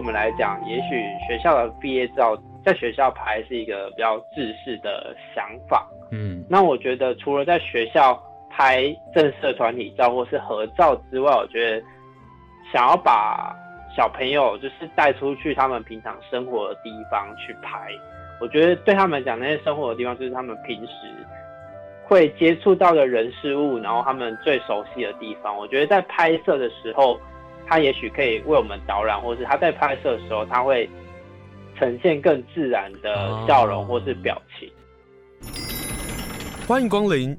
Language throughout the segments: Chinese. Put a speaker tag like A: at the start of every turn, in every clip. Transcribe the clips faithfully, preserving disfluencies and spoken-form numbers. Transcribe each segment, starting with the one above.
A: 们来讲，也许学校的毕业照在学校拍是一个比较制式的想法。嗯，那我觉得除了在学校拍正式的团体照或是合照之外，我觉得想要把小朋友就是带出去他们平常生活的地方去拍。我觉得对他们讲，那些生活的地方就是他们平时会接触到的人事物，然后他们最熟悉的地方。我觉得在拍摄的时候，他也许可以为我们导览，或是他在拍摄的时候，他会呈现更自然的笑容或是表情。
B: 欢迎光临。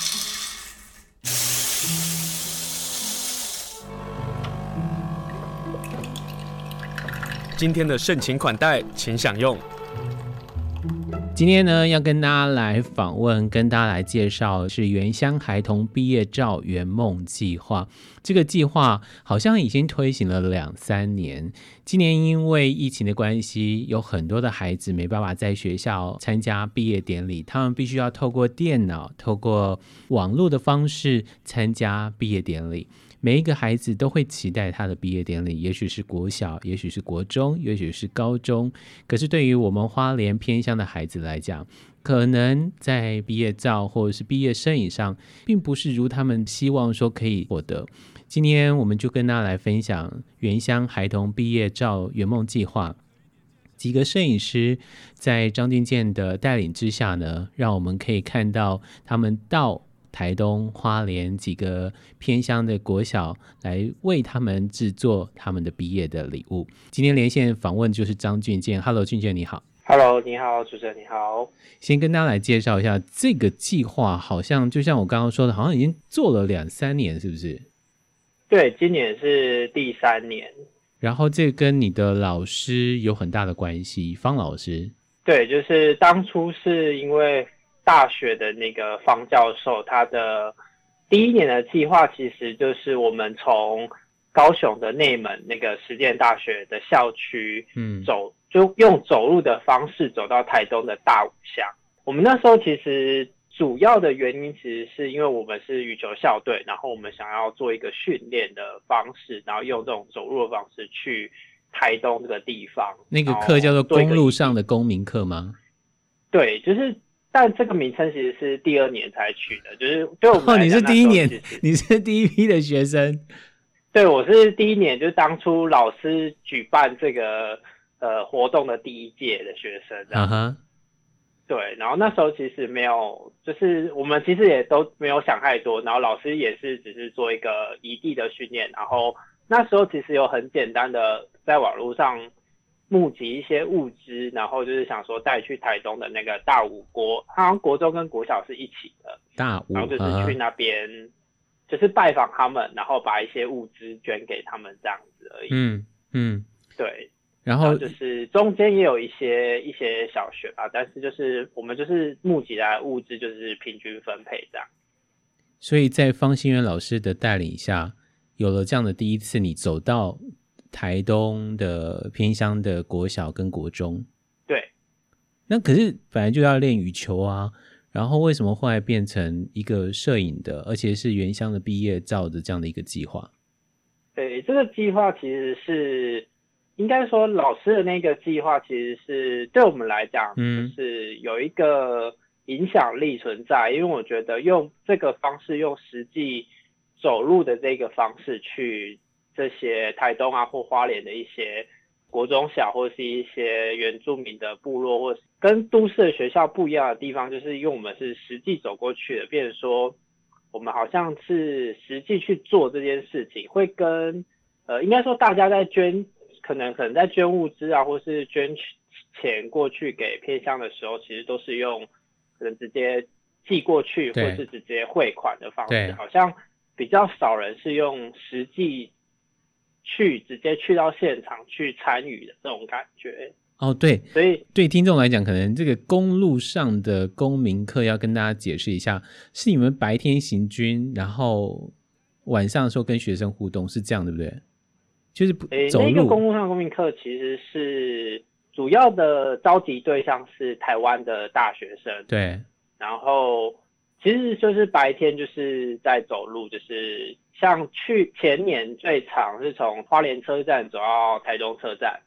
B: 今天的盛情款待，请享用。
C: 今天呢，要跟大家来访问，跟大家来介绍是原乡孩童毕业照圆梦计划。这个计划好像已经推行了两三年。今年因为疫情的关系，有很多的孩子没办法在学校参加毕业典礼，他们必须要透过电脑、透过网络的方式参加毕业典礼。每一个孩子都会期待他的毕业典礼，也许是国小，也许是国中，也许是高中。可是对于我们花莲偏乡的孩子来讲，可能在毕业照或者是毕业摄影上，并不是如他们希望说可以获得。今天我们就跟大家来分享原乡孩童毕业照圆梦计划。几个摄影师在张俊健的带领之下呢，让我们可以看到他们到台东、花莲几个偏乡的国小来为他们制作他们的毕业的礼物。今天连线访问就是张俊健。 Hello 俊健你好。
A: Hello 你好，主持人你好。
C: 先跟大家来介绍一下这个计划，好像就像我刚刚说的，好像已经做了两三年是不是？
A: 对，今年是第三年。
C: 然后这跟你的老师有很大的关系，方老师。
A: 对，就是当初是因为大学的那个方教授，他的第一年的计划其实就是我们从高雄的内门那个实践大学的校区走，嗯，就用走路的方式走到台东的大武乡。我们那时候其实主要的原因其实是因为我们是羽球校队，然后我们想要做一个训练的方式，然后用这种走路的方式去台东这个地方。
C: 那个课叫做公路上的公民课吗？
A: 对，就是但这个名称其实是第二年才取的，就是对我们来讲，
C: 哦，你是第一年，你是第一批的学生。
A: 对，我是第一年，就是当初老师举办这个呃活动的第一届的学生这样。Uh-huh. 对，然后那时候其实没有，就是我们其实也都没有想太多，然后老师也是只是做一个移地的训练，然后那时候其实有很简单的在网络上募集一些物资，然后就是想说带去台东的那个大武国，好像国中跟国小是一起的，
C: 大武，
A: 然后就是去那边，嗯，就是拜访他们，然后把一些物资捐给他们这样子而已。嗯嗯，对。然后就是中间也有一些一些小学吧，但是就是我们就是募集来的物资就是平均分配这样。
C: 所以在方兴元老师的带领下，有了这样的第一次，你走到台东的偏乡的国小跟国中。
A: 对。
C: 那可是本来就要练羽球啊，然后为什么后来变成一个摄影的，而且是原乡的毕业照的这样的一个计划？
A: 对，这个计划其实是应该说老师的那个计划其实是对我们来讲就是有一个影响力存在，因为我觉得用这个方式，用实际走路的这个方式去这些台东啊或花莲的一些国中小或是一些原住民的部落，或是跟都市的学校不一样的地方，就是因为我们是实际走过去的，变成说我们好像是实际去做这件事情，会跟呃应该说大家在捐可能可能在捐物资啊或是捐钱过去给偏乡的时候，其实都是用可能直接寄过去或是直接汇款的方式，好像比较少人是用实际去直接去到现场去参与的这种感觉。
C: 哦，对，
A: 所以
C: 对听众来讲，可能这个公路上的公民课要跟大家解释一下，是你们白天行军，然后晚上的时候跟学生互动，是这样对不对？就是走路。
A: 那个公路上的公民课其实是主要的召集对象是台湾的大学生，
C: 对，
A: 然后其实就是白天就是在走路，就是像去前年最长是从花莲车站走到台中车站，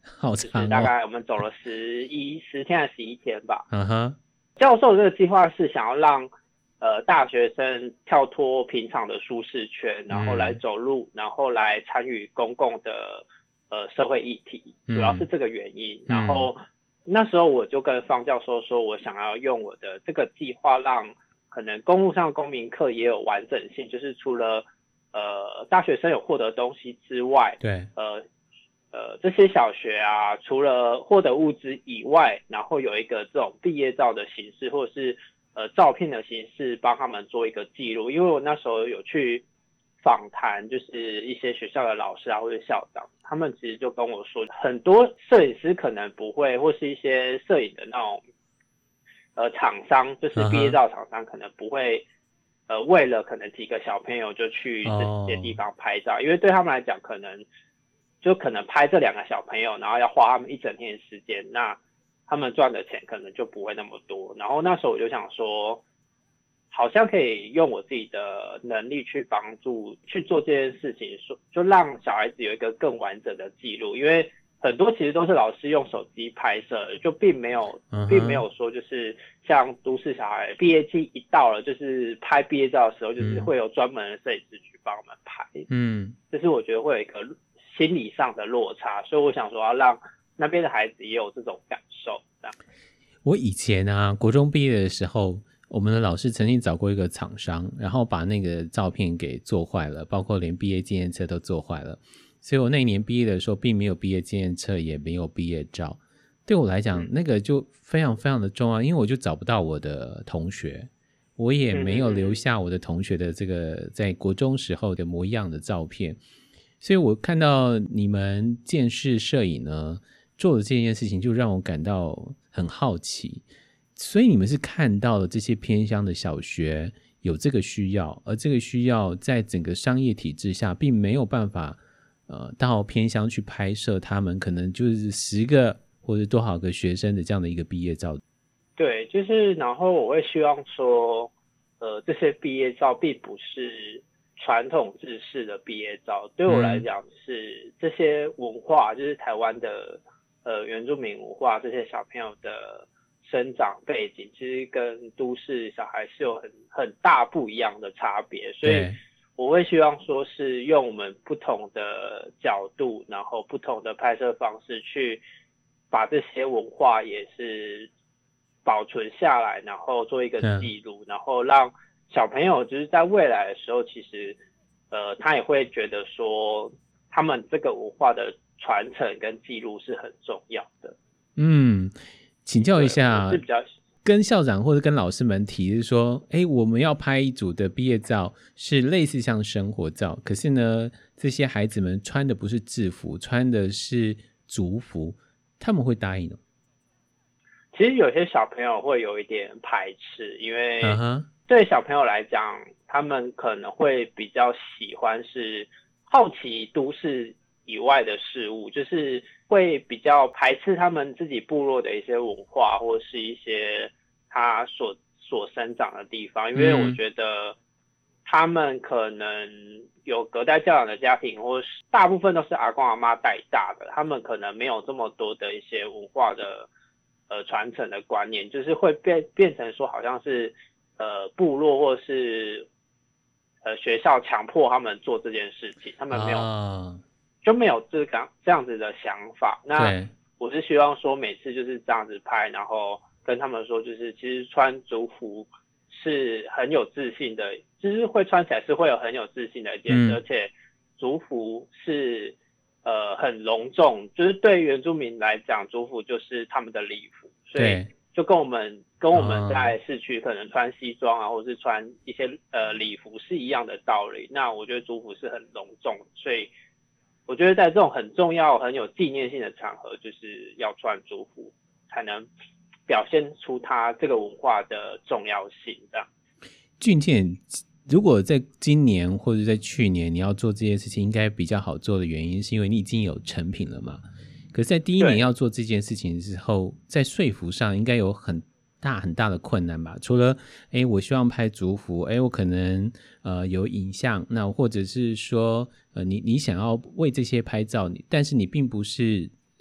C: 好长哦，
A: 就是大概我们走了十一十天还是十一天吧。
C: 嗯哼，
A: 教授这个计划是想要让呃大学生跳脱平常的舒适圈，然后来走路，嗯、然后来参与公共的呃社会议题，主要是这个原因。嗯、然后那时候我就跟方教授说，我想要用我的这个计划让可能公路上公民课也有完整性，就是除了呃大学生有获得东西之外，
C: 对，
A: 呃。呃，这些小学啊，除了获得物资以外，然后有一个这种毕业照的形式，或者是呃照片的形式，帮他们做一个记录。因为我那时候有去访谈，就是一些学校的老师啊，或者校长，他们其实就跟我说，很多摄影师可能不会，或是一些摄影的那种呃厂商，就是毕业照厂商可能不会。呃，为了可能几个小朋友就去这些地方拍照， oh. 因为对他们来讲，可能就可能拍这两个小朋友，然后要花他们一整天的时间，那他们赚的钱可能就不会那么多。然后那时候我就想说，好像可以用我自己的能力去帮助去做这件事情，说就让小孩子有一个更完整的记录，因为很多其实都是老师用手机拍摄，就并没有、uh-huh. 并没有说就是像都市小孩毕业季一到了，就是拍毕业照的时候，就是会有专门的摄影师去帮我们拍。嗯，就是我觉得会有一个心理上的落差，所以我想说要让那边的孩子也有这种感受。这样，
C: 我以前啊，国中毕业的时候，我们的老师曾经找过一个厂商，然后把那个照片给做坏了，包括连毕业纪念册都做坏了。所以我那一年毕业的时候，并没有毕业纪念册，也没有毕业照。对我来讲，那个就非常非常的重要，因为我就找不到我的同学，我也没有留下我的同学的这个在国中时候的模样的照片。所以我看到你们建视摄影呢做的这件事情，就让我感到很好奇。所以你们是看到了这些偏乡的小学有这个需要，而这个需要在整个商业体制下并没有办法呃到偏乡去拍摄他们可能就是十个或者多少个学生的这样的一个毕业照。
A: 对，就是然后我会希望说呃这些毕业照并不是传统制式的毕业照，对我来讲是这些文化，就是台湾的呃原住民文化，这些小朋友的生长背景其实跟都市小孩是有很很大不一样的差别，所以我会希望说是用我们不同的角度，然后不同的拍摄方式去把这些文化也是保存下来，然后做一个记录，然后让小朋友就是在未来的时候，其实呃他也会觉得说他们这个文化的传承跟记录是很重要的。
C: 嗯，请教一下，
A: 是比较
C: 跟校长或者跟老师们提是说，哎，我们要拍一组的毕业照，是类似像生活照，可是呢，这些孩子们穿的不是制服，穿的是族服，他们会答应吗？
A: 其实有些小朋友会有一点排斥，因为对小朋友来讲，他们可能会比较喜欢是好奇都市以外的事物，就是会比较排斥他们自己部落的一些文化，或是一些他所所生长的地方，因为我觉得他们可能有隔代教养的家庭，或是大部分都是阿公阿嬷带大的，他们可能没有这么多的一些文化的呃传承的观念，就是会变变成说好像是呃部落或是呃学校强迫他们做这件事情，他们没有、啊、就没有这个这样子的想法。那我是希望说每次就是这样子拍，然后跟他们说就是其实穿族服是很有自信的，就是会穿起来是会有很有自信的一件事、嗯、而且族服是呃很隆重，就是对原住民来讲族服就是他们的礼服，所以就跟我们跟我们在市区可能穿西装啊、哦、或是穿一些呃礼服是一样的道理。那我觉得族服是很隆重，所以我觉得在这种很重要很有纪念性的场合，就是要穿族服才能表现出它这个文化的重要性。这样，
C: 俊健，如果在今年或者在去年你要做这件事情，应该比较好做的原因是因为你已经有成品了嘛？可是在第一年要做这件事情之后，在说服上应该有很大很大的困难吧？除了诶我希望拍族服，诶我可能呃有影像，那或者是说呃你你想要为这些拍照，但是你并不是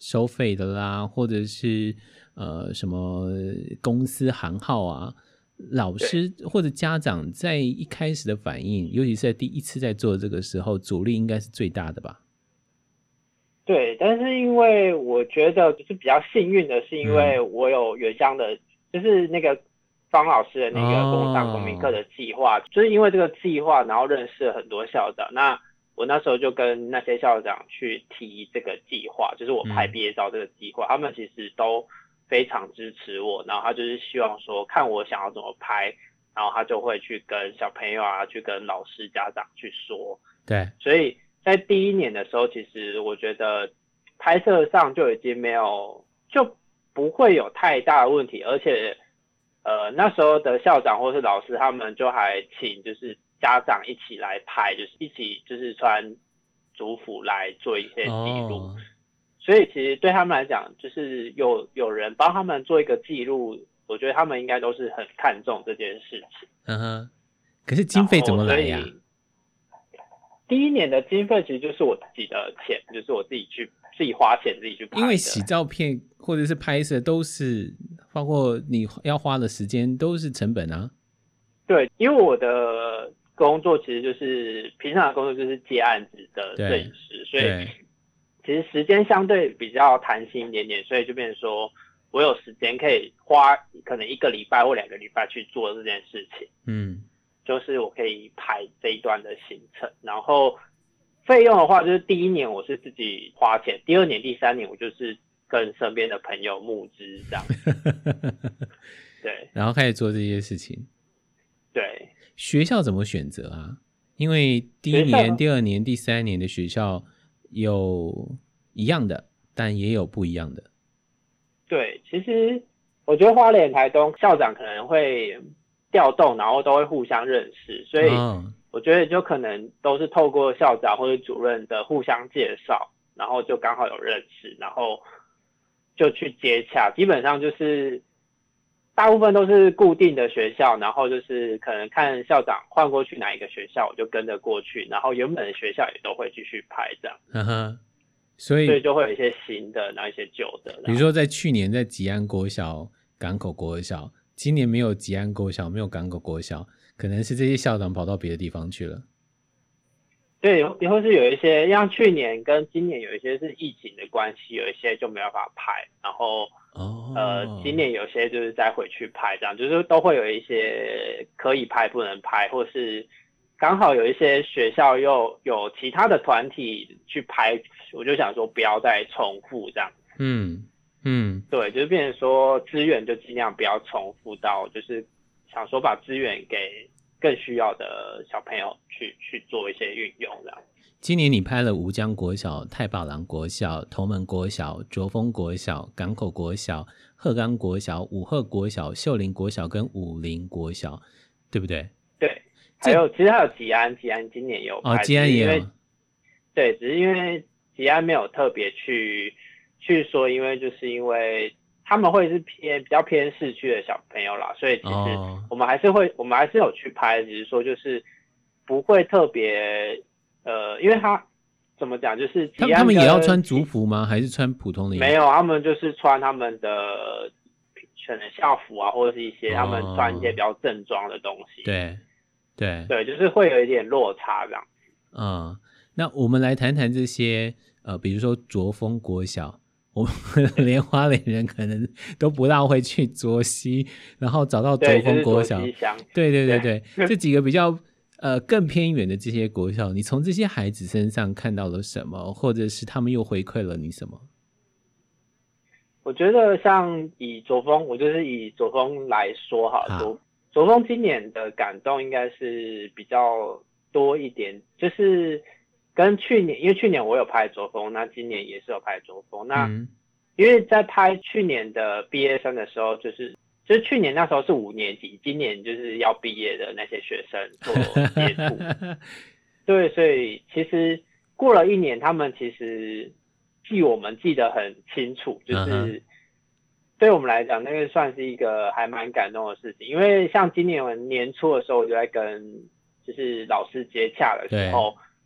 C: 收费的啦，或者是呃什么公司行号啊，老师或者家长在一开始的反应，尤其是在第一次在做这个时候，阻力应该是最大的吧？
A: 对，但是因为我觉得就是比较幸运的是，因为我有原乡的，就是那个方老师的那个公上公民课的计划，哦、就是因为这个计划，然后认识了很多校长。那我那时候就跟那些校长去提这个计划，就是我拍毕业照这个计划，嗯、他们其实都非常支持我，然后他就是希望说看我想要怎么拍，然后他就会去跟小朋友啊，去跟老师家长去说。
C: 对，
A: 所以在第一年的时候，其实我觉得拍摄上就已经没有，就不会有太大的问题，而且呃那时候的校长或是老师他们就还请就是家长一起来拍，就是一起就是穿族服来做一些记录。哦，所以其实对他们来讲，就是有有人帮他们做一个记录，我觉得他们应该都是很看重这件事情。
C: 嗯哼，可是经费怎么来呀？
A: 第一年的经费其实就是我自己的钱，就是我自己去自己花钱自己去拍的。
C: 因为洗照片或者是拍摄都是包括你要花的时间都是成本啊。
A: 对，因为我的工作其实就是平常的工作就是接案子的摄影师，所以其实时间相对比较弹性一点点，所以就变成说我有时间可以花可能一个礼拜或两个礼拜去做这件事情。嗯。就是我可以排这一段的行程，然后费用的话，就是第一年我是自己花钱，第二年、第三年我就是跟身边的朋友募资这样。对，
C: 然后开始做这些事情。
A: 对，
C: 学校怎么选择啊？因为第一年、第二年、第三年的学校有一样的，但也有不一样的。
A: 对，其实我觉得花莲、台东校长可能会调动，然后都会互相认识，所以我觉得就可能都是透过校长或者主任的互相介绍，然后就刚好有认识，然后就去接洽。基本上就是大部分都是固定的学校，然后就是可能看校长换过去哪一个学校，我就跟着过去，然后原本的学校也都会继续拍这样。
C: 嗯哼，所以
A: 所以就会有一些新的，然后一些旧的。
C: 比如说在去年在吉安国小、港口国小。今年没有吉安国小，没有港口国小，可能是这些校长跑到别的地方去了。
A: 对，以后是有一些，像去年跟今年有一些是疫情的关系，有一些就没有办法拍，然后、哦、呃，今年有些就是再回去拍，这样就是都会有一些可以拍不能拍，或是刚好有一些学校又有其他的团体去拍，我就想说不要再重复这样。嗯。嗯，对，就是变成说资源就尽量不要重复到，就是想说把资源给更需要的小朋友去去做一些运用这样。
C: 今年你拍了吴江国小、太保郎国小、头门国小、卓峰国小、港口国小、鹤冈国小、武鹤国小、秀林国小跟武林国小，对不对？
A: 对，还有其实还有吉安，吉安今年也有拍，
C: 哦，吉安也有。
A: 对，只是因为吉安没有特别去。去说，因为就是因为他们会是偏比较偏市区的小朋友啦，所以其实我们还是会，哦、我们还是有去拍，只是说就是不会特别呃，因为他怎么讲，就是
C: 他们他们也要穿族服吗？还是穿普通的衣服？
A: 没有，他们就是穿他们的可能校服啊，或者是一些、哦、他们穿一些比较正装的东西。
C: 对对
A: 对，就是会有一点落差这样。
C: 嗯，那我们来谈谈这些呃，比如说卓峰国小。我们连花莲人可能都不大会去卓溪，然后找到卓峰国小，对对对对，对这几个比较呃更偏远的这些国小，你从这些孩子身上看到了什么，或者是他们又回馈了你什么？
A: 我觉得像以卓峰，我就是以卓峰来说哈，卓卓峰今年的感动应该是比较多一点，就是跟去年，因为去年我有拍卓峰，那今年也是有拍卓峰。那、嗯、因为在拍去年的毕业生的时候，就是就是去年那时候是五年级，今年就是要毕业的那些学生做接触。对，所以其实过了一年，他们其实记我们记得很清楚，就是对我们来讲，那个算是一个还蛮感动的事情。因为像今年年初的时候，我就在跟就是老师接洽的时候。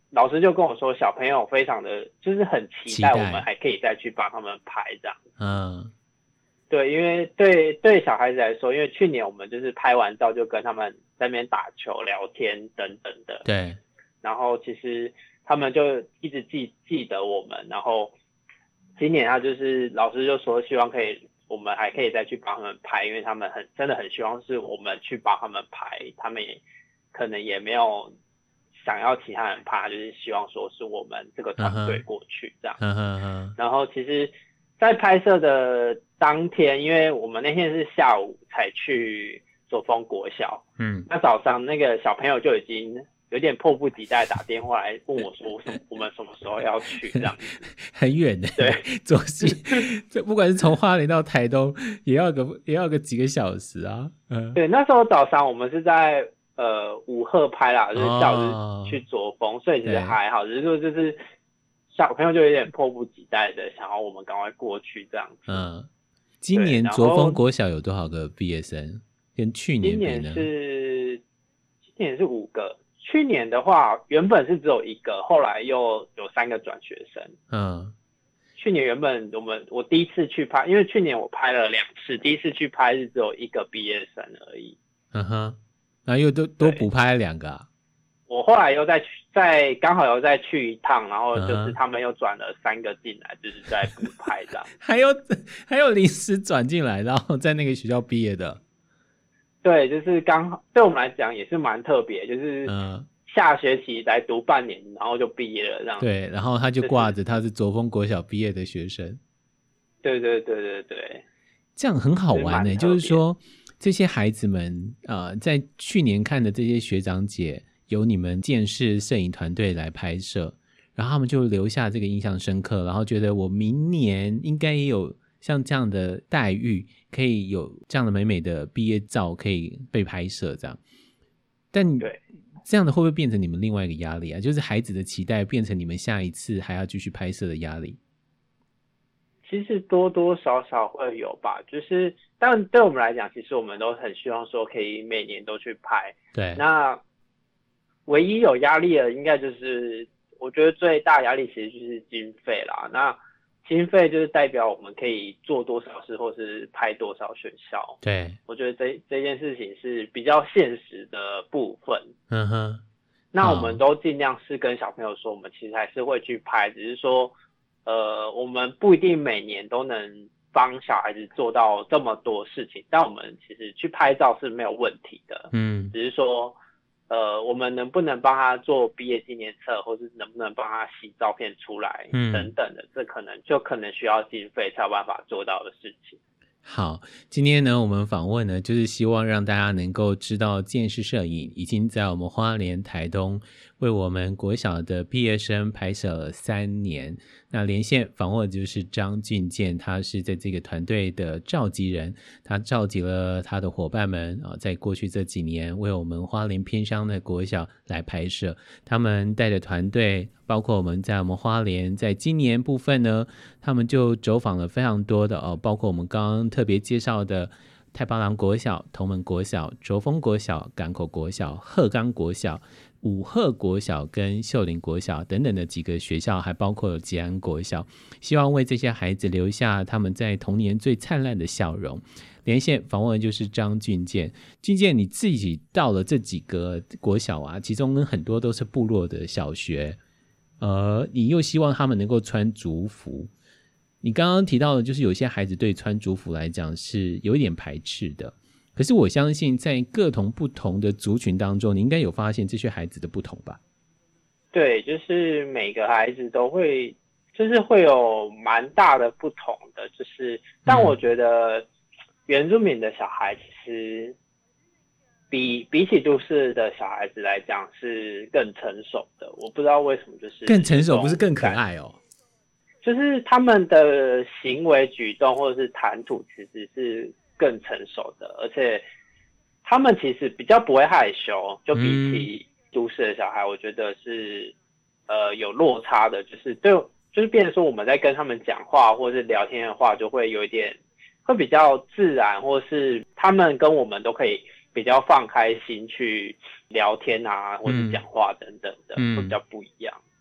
A: 老师就跟我说，小朋友非常的就是很期待
C: 期待
A: 我们还可以再去帮他们拍这样。
C: 嗯，
A: 对，因为对对小孩子来说，因为去年我们就是拍完照就跟他们在那边打球、聊天等等的。
C: 对。
A: 然后其实他们就一直记记得我们，然后今年他就是老师就说希望可以我们还可以再去帮他们拍，因为他们很真的很希望是我们去帮他们拍，他们也可能也没有想要其他人拍，就是希望说是我们这个团队过去这样。
C: 嗯哼哼。
A: 然后其实在拍摄的当天，因为我们那天是下午才去左峰国小，嗯，那早上那个小朋友就已经有点迫不及待打电话来问我说我什么我们什么时候要去这样子。
C: 很远的，
A: 对，
C: 坐戏这不管是从花莲到台东也要个也要个几个小时啊。嗯，
A: 对，那时候早上我们是在呃五鹤拍啦，就是下午去左峰，哦，所以其实还好，只是说就是小朋友就有点迫不及待的想要我们赶快过去这样子。
C: 嗯，今年左峰国小有多少个毕业生？跟去年比呢？
A: 今年是今年是五个。去年的话原本是只有一个，后来又有三个转学生。嗯，去年原本我们我第一次去拍，因为去年我拍了两次，第一次去拍是只有一个毕业生而已。
C: 嗯哼，然后又多多补拍了两个啊。
A: 我后来又再去再刚好又再去一趟，然后就是他们又转了三个进来，就是在补拍这样。
C: 还有还有临时转进来，然后在那个学校毕业的。
A: 对，就是刚好对我们来讲也是蛮特别，就是下学期来读半年，然后就毕业了这样。
C: 对，然后他就挂着他是左峰国小毕业的学生。
A: 对对对对对，
C: 这样很好玩呢，欸。就是说这些孩子们呃，在去年看的这些学长姐，由你们建视摄影团队来拍摄，然后他们就留下这个印象深刻，然后觉得我明年应该也有像这样的待遇，可以有这样的美美的毕业照可以被拍摄这样。但
A: 对
C: 这样的会不会变成你们另外一个压力啊？就是孩子的期待变成你们下一次还要继续拍摄的压力？
A: 其实多多少少会有吧，就是但对我们来讲，其实我们都很希望说可以每年都去拍。
C: 对，
A: 那唯一有压力的应该就是我觉得最大压力其实就是经费啦。那经费就是代表我们可以做多少事或是拍多少学校。
C: 对，
A: 我觉得这这件事情是比较现实的部分。
C: 嗯哼，
A: 那我们都尽量是跟小朋友说我们其实还是会去拍，只是说呃我们不一定每年都能帮小孩子做到这么多事情，但我们其实去拍照是没有问题的。嗯，只是说呃，我们能不能帮他做毕业纪念册，或是能不能帮他洗照片出来，嗯，等等的，这可能就可能需要经费才有办法做到的事情。
C: 好，今天呢，我们访问呢，就是希望让大家能够知道建视摄影已经在我们花莲、台东为我们国小的毕业生拍摄了三年。那连线访问的就是张俊健，他是在这个团队的召集人，他召集了他的伙伴们啊，在过去这几年为我们花莲偏乡的国小来拍摄。他们带着团队，包括我们在我们花莲，在今年部分呢，他们就走访了非常多的哦，包括我们刚刚特别介绍的太巴塱国小、同门国小、卓峰国小、港口国小、鹤冈国小、五鹤国小跟秀林国小等等的几个学校，还包括吉安国小，希望为这些孩子留下他们在童年最灿烂的笑容。连线访问就是张俊健。俊健，你自己到了这几个国小啊，其中很多都是部落的小学，呃，你又希望他们能够穿族服。你刚刚提到的就是有些孩子对穿族服来讲是有一点排斥的，可是我相信在各同不同的族群当中，你应该有发现这些孩子的不同吧？
A: 对，就是每个孩子都会就是会有蛮大的不同的，就是但我觉得原住民的小孩其实比比起都市的小孩子来讲是更成熟的，我不知道为什么，就是
C: 更成熟不是更可爱哦？
A: 就是他们的行为举动或者是谈吐其实是更成熟的，而且他们其实比较不会害羞，就比起都市的小孩，我觉得是呃有落差的，就是对，就是变成说我们在跟他们讲话或是聊天的话，就会有一点会比较自然，或是他们跟我们都可以比较放开心去聊天啊，或是讲话等等的，嗯，会比较不一样。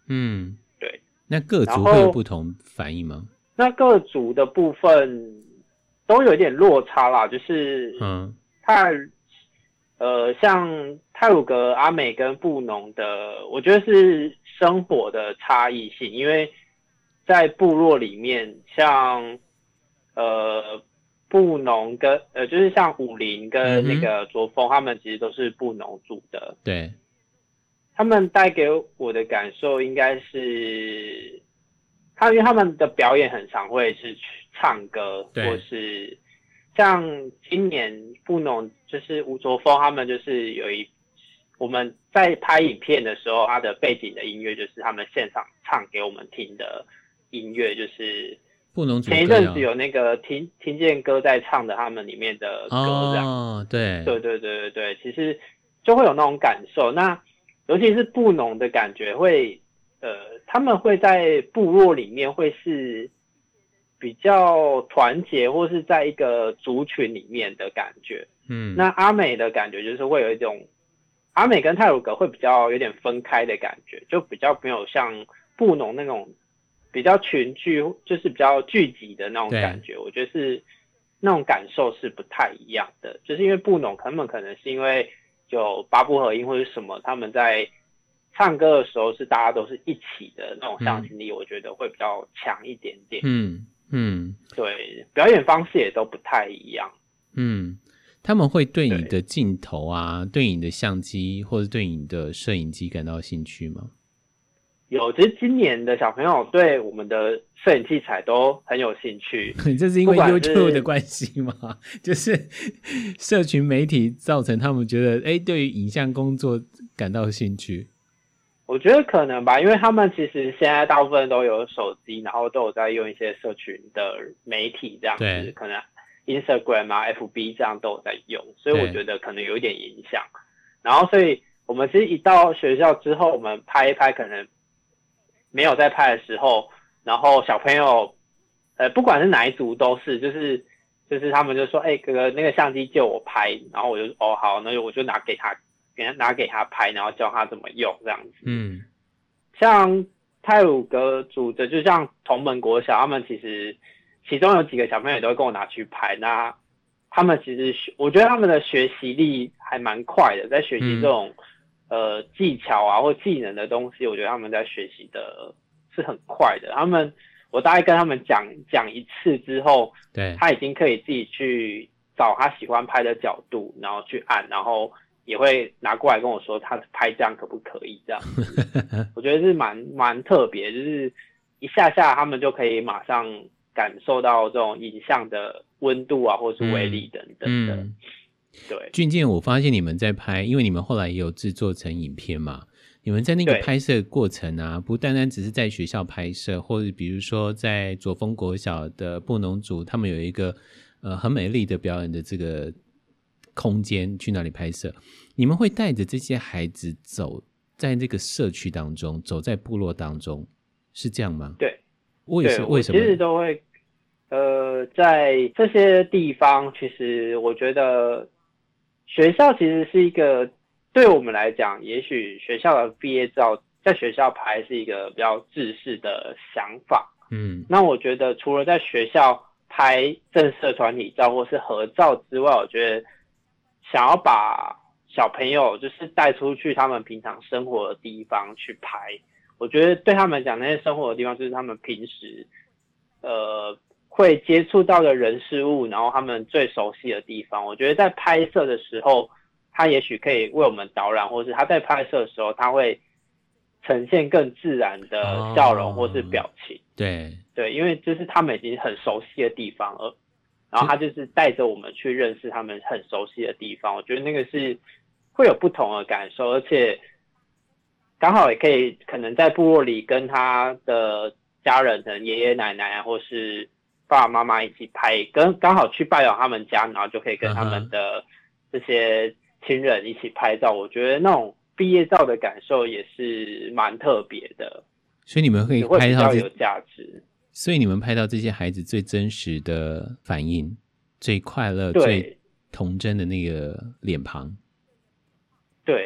C: 嗯，
A: 对。
C: 那各族会有不同反应吗？
A: 那各族的部分都有一点落差啦，就是嗯，泰呃像太鲁阁、阿美跟布农的，我觉得是生活的差异性，因为在部落里面，像呃布农跟呃就是像武陵跟那个卓峰，嗯，他们其实都是布农族的，
C: 对，
A: 他们带给我的感受应该是。他因为他们的表演很常会是唱歌，或是像今年布农就是吴卓峰他们就是有一我们在拍影片的时候，他的背景的音乐就是他们现场唱给我们听的音乐，就是
C: 布农族歌。
A: 前一阵子有那个听听见歌在唱的他们里面的歌这样，
C: 哦，对，
A: 对对对对对，其实就会有那种感受。那尤其是布农的感觉会。呃，他们会在部落里面会是比较团结，或是在一个族群里面的感觉。嗯，那阿美的感觉就是会有一种，阿美跟太鲁阁会比较有点分开的感觉，就比较没有像布农那种比较群聚，就是比较聚集的那种感觉。我觉得是那种感受是不太一样的，就是因为布农他们可能是因为有八部合音或者什么，他们在唱歌的时候是大家都是一起的那种向心力，我觉得会比较强一点点。嗯嗯，对，表演方式也都不太一样。
C: 嗯，他们会对你的镜头啊，对你的相机或者对你的摄影机感到兴趣吗？
A: 有，其实今年的小朋友对我们的摄影器材都很有兴趣。
C: 这是因为 YouTube 的关系吗？就是社群媒体造成他们觉得，哎，对于影像工作感到兴趣。
A: 我觉得可能吧，因为他们其实现在大部分都有手机，然后都有在用一些社群的媒体这样子，可能 Instagram 啊、F B 这样都有在用，所以我觉得可能有一点影响。然后，所以我们其实一到学校之后，我们拍一拍，可能没有在拍的时候，然后小朋友，呃，不管是哪一组都是，就是就是他们就说，哎、欸，哥哥，那个相机借我拍，然后我就哦好，那我就拿给他。给他拿给他拍，然后教他怎么用这样子。嗯，像太鲁阁组的，就像同门国小，他们其实其中有几个小朋友都会跟我拿去拍。那他们其实我觉得他们的学习力还蛮快的，在学习这种、嗯、呃技巧啊或技能的东西，我觉得他们在学习的是很快的。他们我大概跟他们讲讲一次之后，对，他已经可以自己去找他喜欢拍的角度，然后去按，然后。也会拿过来跟我说他拍这样可不可以这样我觉得是蛮蛮特别，就是一下下他们就可以马上感受到这种影像的温度啊或是威力等等的、嗯嗯、对。
C: 俊健，我发现你们在拍，因为你们后来也有制作成影片嘛，你们在那个拍摄过程啊，不单单只是在学校拍摄，或者比如说在左峰国小的布农族，他们有一个呃很美丽的表演的这个空间去那里拍摄，你们会带着这些孩子走在这个社区当中，走在部落当中，是这样吗？
A: 对，
C: 为什为什么？
A: 其实都会，呃，在这些地方，其实我觉得学校其实是一个对我们来讲，也许学校的毕业照在学校拍是一个比较制式的想法。嗯，那我觉得除了在学校拍正式团体照或是合照之外，我觉得想要把小朋友就是带出去他们平常生活的地方去拍，我觉得对他们讲那些生活的地方就是他们平时呃会接触到的人事物，然后他们最熟悉的地方。我觉得在拍摄的时候，他也许可以为我们导览，或是他在拍摄的时候他会呈现更自然的笑容或是表情。哦、
C: 对
A: 对，因为就是他们已经很熟悉的地方了。然后他就是带着我们去认识他们很熟悉的地方，我觉得那个是会有不同的感受，而且刚好也可以可能在部落里跟他的家人，可能爷爷奶奶或是爸爸妈妈一起拍，跟刚好去拜访他们家，然后就可以跟他们的这些亲人一起拍照。我觉得那种毕业照的感受也是蛮特别的，
C: 所以你们可以拍到
A: 会比较有价值。
C: 所以你们拍到这些孩子最真实的反应，最快乐、最童真的那个脸庞。
A: 对，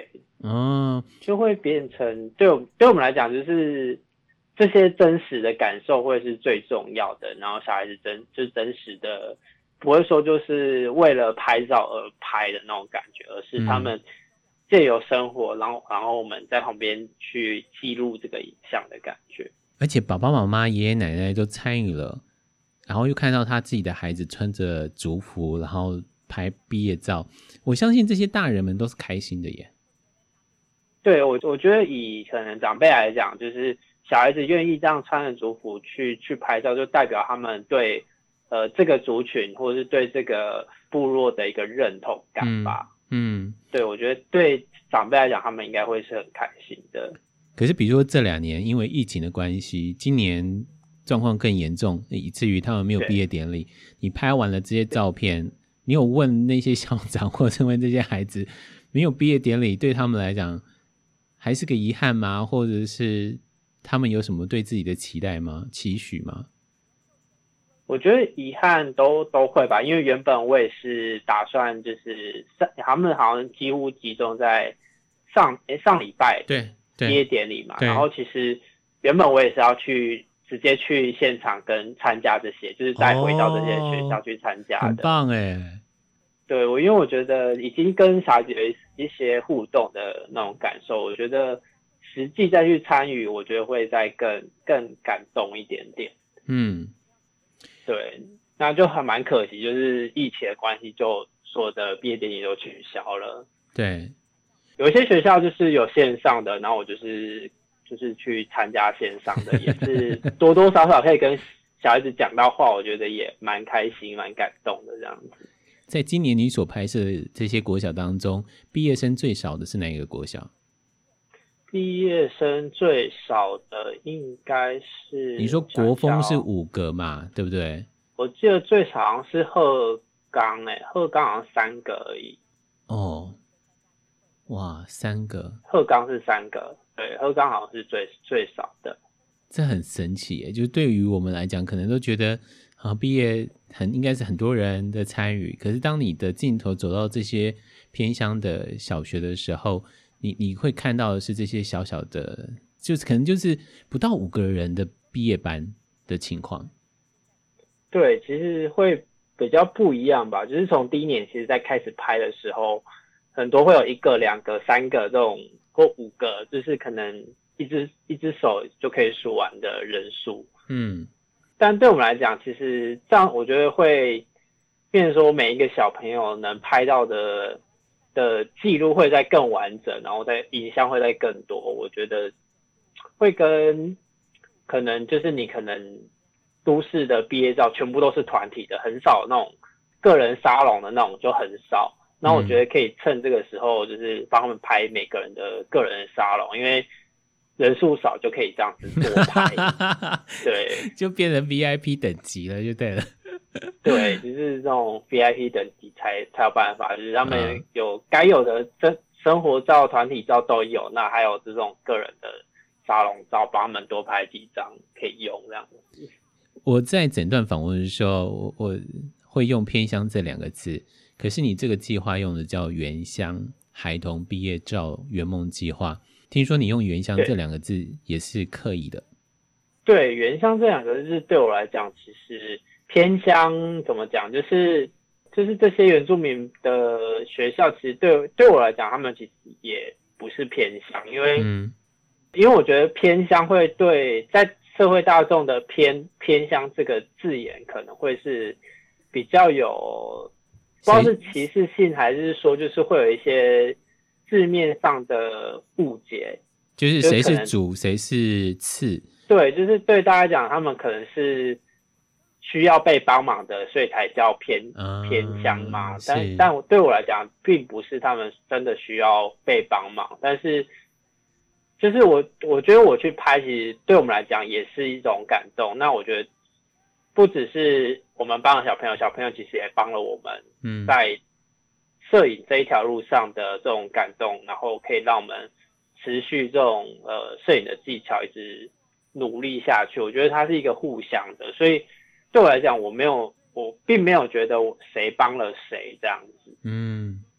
C: 哦，
A: 就会变成对我对我们来讲，就是这些真实的感受会是最重要的。然后小孩子真就是真实的，不会说就是为了拍照而拍的那种感觉，而是他们借由生活，然后然后我们在旁边去记录这个影像的感觉。
C: 而且爸爸妈妈、爷爷奶奶都参与了，然后又看到他自己的孩子穿着族服，然后拍毕业照，我相信这些大人们都是开心的耶。
A: 对，我我觉得以可能长辈来讲，就是小孩子愿意这样穿着族服去去拍照，就代表他们对呃这个族群或者是对这个部落的一个认同感吧。嗯，嗯对，我觉得对长辈来讲，他们应该会是很开心的。
C: 可是比如说这两年因为疫情的关系，今年状况更严重，以至于他们没有毕业典礼。你拍完了这些照片，你有问那些校长或者问这些孩子，没有毕业典礼对他们来讲还是个遗憾吗？或者是他们有什么对自己的期待吗？期许吗？
A: 我觉得遗憾都都会吧，因为原本我也是打算就是他们好像几乎集中在上诶上礼拜
C: 对
A: 毕业典礼嘛，然后其实原本我也是要去直接去现场跟参加这些，就是带回到这些学校去参加的。哦，
C: 很棒耶。
A: 对，我因为我觉得已经跟小孩子有一些互动的那种感受，我觉得实际再去参与，我觉得会再更更感动一点点。嗯，对，那就还蛮可惜，就是疫情的关系，就所有的毕业典礼都取消了。
C: 对，
A: 有一些学校就是有线上的，然后我就是就是去参加线上的，也是多多少少可以跟小孩子讲到话，我觉得也蛮开心、蛮感动的这样子。
C: 在今年你所拍摄的这些国小当中，毕业生最少的是哪一个国小？
A: 毕业生最少的应该是，
C: 你说国风是五个嘛，对不对？
A: 我记得最少好像是鹤冈，诶，鹤冈好像三个而已。
C: 哦，哇，三个，
A: 鹤冈是三个，对，鹤冈好像是最最少的。
C: 这很神奇耶，就对于我们来讲，可能都觉得啊，毕业很应该是很多人的参与，可是当你的镜头走到这些偏乡的小学的时候，你你会看到的是这些小小的，就是可能就是不到五个人的毕业班的情况。
A: 对，其实会比较不一样吧，就是从第一年其实在开始拍的时候，很多会有一个、两个、三个这种或五个，就是可能一只一只手就可以数完的人数。嗯，但对我们来讲，其实这样我觉得会变成说每一个小朋友能拍到的的记录会再更完整，然后再影像会再更多。我觉得会跟可能就是你可能都市的毕业照全部都是团体的，很少那种个人沙龙的那种就很少。那我觉得可以趁这个时候就是帮他们拍每个人的个人沙龙，因为人数少就可以这样子多拍。对，
C: 就变成 V I P 等级了就对了。
A: 对，就是这种 V I P 等级才才有办法，就是他们有该有的生生活照、团体照都有，那还有这种个人的沙龙照，帮他们多拍几张可以用这样子。
C: 我在整段访问的时候，我我会用偏乡这两个字，可是你这个计划用的叫原乡孩童毕业照圆梦计划，听说你用原乡这两个字也是刻意的。
A: 对，原乡这两个字对我来讲，其实偏乡怎么讲，就是就是这些原住民的学校，其实对对我来讲，他们其实也不是偏乡，因为、嗯、因为我觉得偏乡会对在社会大众的偏偏乡这个字眼可能会是比较有不知道是歧视性，还是说就是会有一些字面上的误解，
C: 就是谁是主谁是次。
A: 对，就是对大家讲，他们可能是需要被帮忙的，所以才叫偏、嗯、偏乡嘛。但但对我来讲，并不是他们真的需要被帮忙，但是就是我我觉得我去拍，其实对我们来讲也是一种感动。那我觉得不只是我们帮了小朋友，小朋友其实也帮了我们，在摄影这一条路上的这种感动，然后可以让我们持续这种呃摄影的技巧一直努力下去。我觉得它是一个互相的，所以对我来讲，我没有，我并没有觉得我谁帮了谁这样子。
C: 嗯，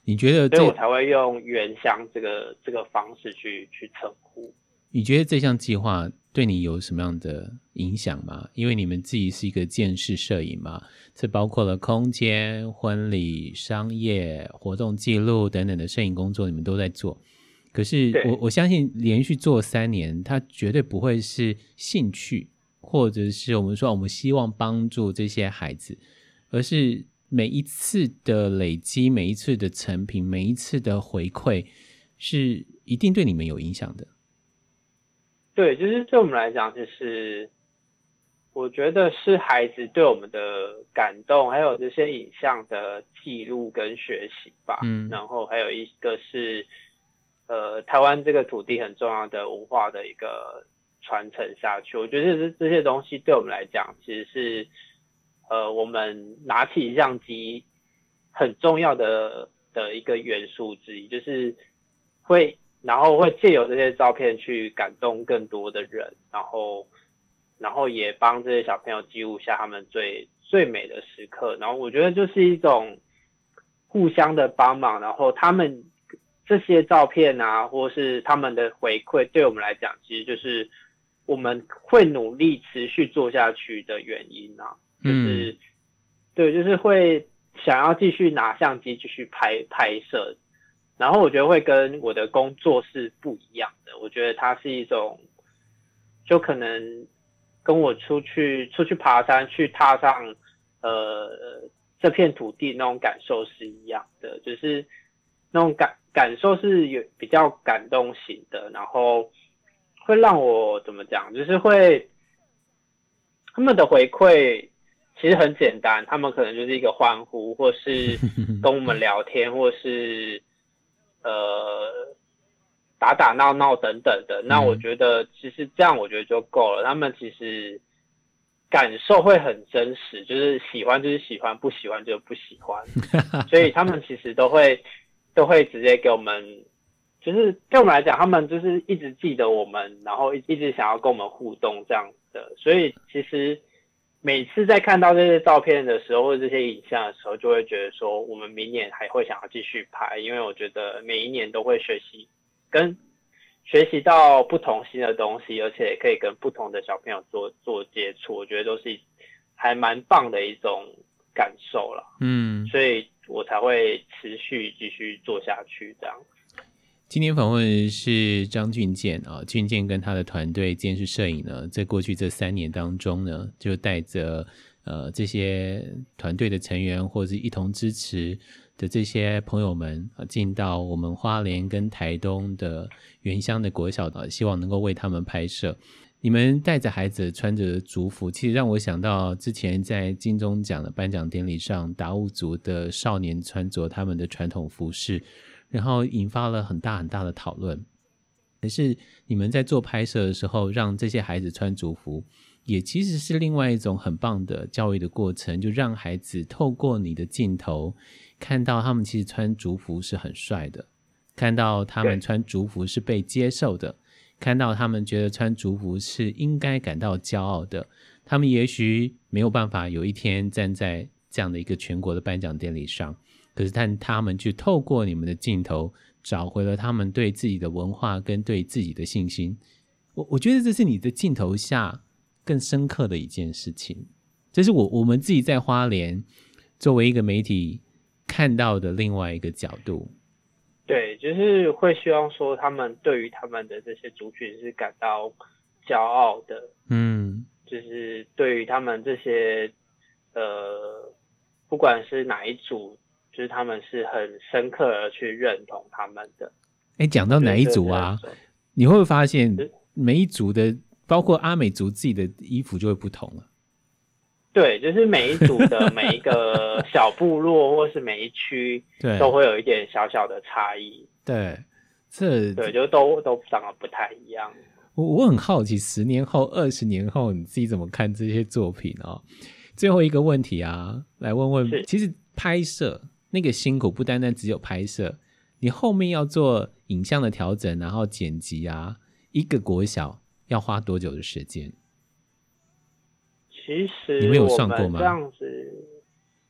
C: 你觉得这，
A: 所以我才会用原乡这个这个方式去去称呼。
C: 你觉得这项计划对你有什么样的影响吗？因为你们自己是一个见识摄影嘛，这包括了空间、婚礼、商业、活动记录等等的摄影工作，你们都在做。可是我我相信连续做三年，它绝对不会是兴趣，或者是我们说我们希望帮助这些孩子，而是每一次的累积，每一次的成品，每一次的回馈，是一定对你们有影响的。
A: 对，就是对我们来讲，就是我觉得是孩子对我们的感动，还有这些影像的记录跟学习吧。嗯，然后还有一个是，呃，台湾这个土地很重要的文化的一个传承下去。我觉得这这些东西对我们来讲，其实是，呃，我们拿起相机很重要的的一个元素之一，就是会。然后会借由这些照片去感动更多的人，然后，然后也帮这些小朋友记录下他们最最美的时刻。然后我觉得就是一种互相的帮忙，然后他们这些照片啊，或是他们的回馈，对我们来讲，其实就是我们会努力持续做下去的原因啊。就是，嗯、对，就是会想要继续拿相机继续拍拍摄。然后我觉得会跟我的工作是不一样的，我觉得它是一种，就可能跟我出去出去爬山，去踏上呃这片土地那种感受是一样的，就是那种感感受是有比较感动型的，然后会让我怎么讲，就是会他们的回馈其实很简单，他们可能就是一个欢呼，或是跟我们聊天，或是。呃，打打闹闹等等的，那我觉得其实这样我觉得就够了。他们其实感受会很真实，就是喜欢就是喜欢，不喜欢就不喜欢，所以他们其实都会都会直接给我们，就是对我们来讲，他们就是一直记得我们，然后一直想要跟我们互动这样的，所以其实。每次在看到这些照片的时候，或者这些影像的时候，就会觉得说，我们明年还会想要继续拍，因为我觉得每一年都会学习，跟学习到不同新的东西，而且也可以跟不同的小朋友做做接触，我觉得都是还蛮棒的一种感受啦。嗯，所以我才会持续继续做下去这样。
C: 今天访问是张俊健啊，俊健跟他的团队见识摄影呢，在过去这三年当中呢，就带着呃这些团队的成员或者是一同支持的这些朋友们啊，进到我们花莲跟台东的原乡的国小啊，希望能够为他们拍摄。你们带着孩子穿着族服，其实让我想到之前在金钟奖的颁奖典礼上，达悟族的少年穿着他们的传统服饰。然后引发了很大很大的讨论。可是你们在做拍摄的时候，让这些孩子穿族服，也其实是另外一种很棒的教育的过程，就让孩子透过你的镜头，看到他们其实穿族服是很帅的，看到他们穿族服是被接受的，看到他们觉得穿族服是应该感到骄傲的。他们也许没有办法有一天站在这样的一个全国的颁奖典礼上，可是但他们去透过你们的镜头找回了他们对自己的文化跟对自己的信心。我我觉得这是你的镜头下更深刻的一件事情，这是我我们自己在花莲作为一个媒体看到的另外一个角度。
A: 对，就是会希望说他们对于他们的这些族群是感到骄傲的，嗯，就是对于他们这些呃不管是哪一组，就是他们是很深刻的去认同他们的。
C: 哎，讲到哪一族啊？你会不会发现每一族的，包括阿美族自己的衣服就会不同了？
A: 对，就是每一组的每一个小部落或是每一区，都会有一点小小的差异。
C: 对，这
A: 对，就都都长得不太一样。
C: 我我很好奇，十年后、二十年后，你自己怎么看这些作品哦？最后一个问题啊，来问问，其实拍摄那个辛苦不单单只有拍摄，你后面要做影像的调整，然后剪辑啊，一个国小要花多久的时间？
A: 其实
C: 你们有算过吗？
A: 这样子，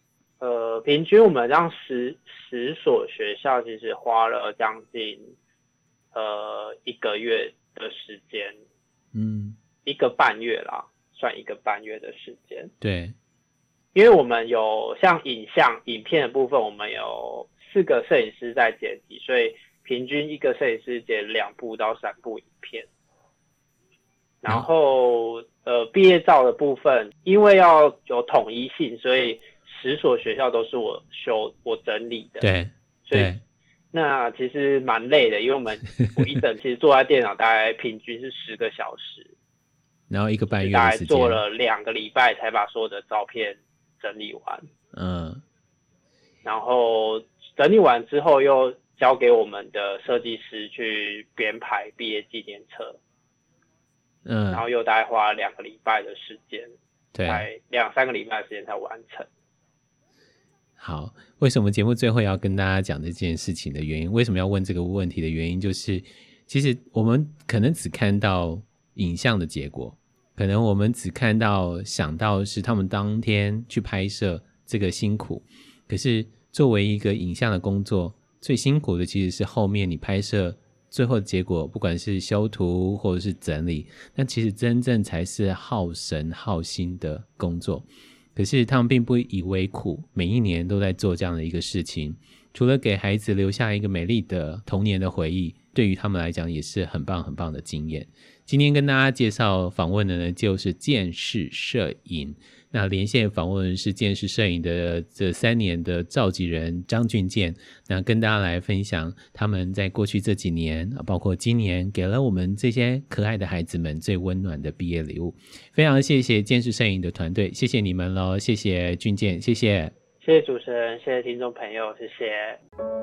A: 呃，平均我们让十十所学校其实花了将近呃一个月的时间，嗯，一个半月啦，算一个半月的时间。
C: 对，
A: 因为我们有像影像、影片的部分，我们有四个摄影师在剪辑，所以平均一个摄影师剪两部到三部影片。然后、嗯、呃，毕业照的部分，因为要有统一性，所以十所学校都是我修我整理的。
C: 对，
A: 所以那其实蛮累的，因为我们我一整其实坐在电脑大概平均是十个小时，
C: 然后一个半月
A: 大概做了两个礼拜才把所有的照片整理完。嗯，然后整理完之后又交给我们的设计师去编排毕业纪念册。嗯，然后又大概花了两个礼拜的时间，对，才两三个礼拜的时间才完成。
C: 好，为什么节目最后要跟大家讲这件事情的原因？为什么要问这个问题的原因，就是其实我们可能只看到影像的结果，可能我们只看到想到是他们当天去拍摄这个辛苦，可是作为一个影像的工作，最辛苦的其实是后面你拍摄最后的结果，不管是修图或者是整理，那其实真正才是耗神耗心的工作。可是他们并不以为苦，每一年都在做这样的一个事情，除了给孩子留下一个美丽的童年的回忆，对于他们来讲也是很棒很棒的经验。今天跟大家介绍访问的呢，就是见识摄影。那连线访问是见识摄影的这三年的召集人张俊健，那跟大家来分享他们在过去这几年，包括今年，给了我们这些可爱的孩子们最温暖的毕业礼物。非常谢谢见识摄影的团队，谢谢你们咯，谢谢俊健，谢谢，
A: 谢谢主持人，谢谢听众朋友，谢谢。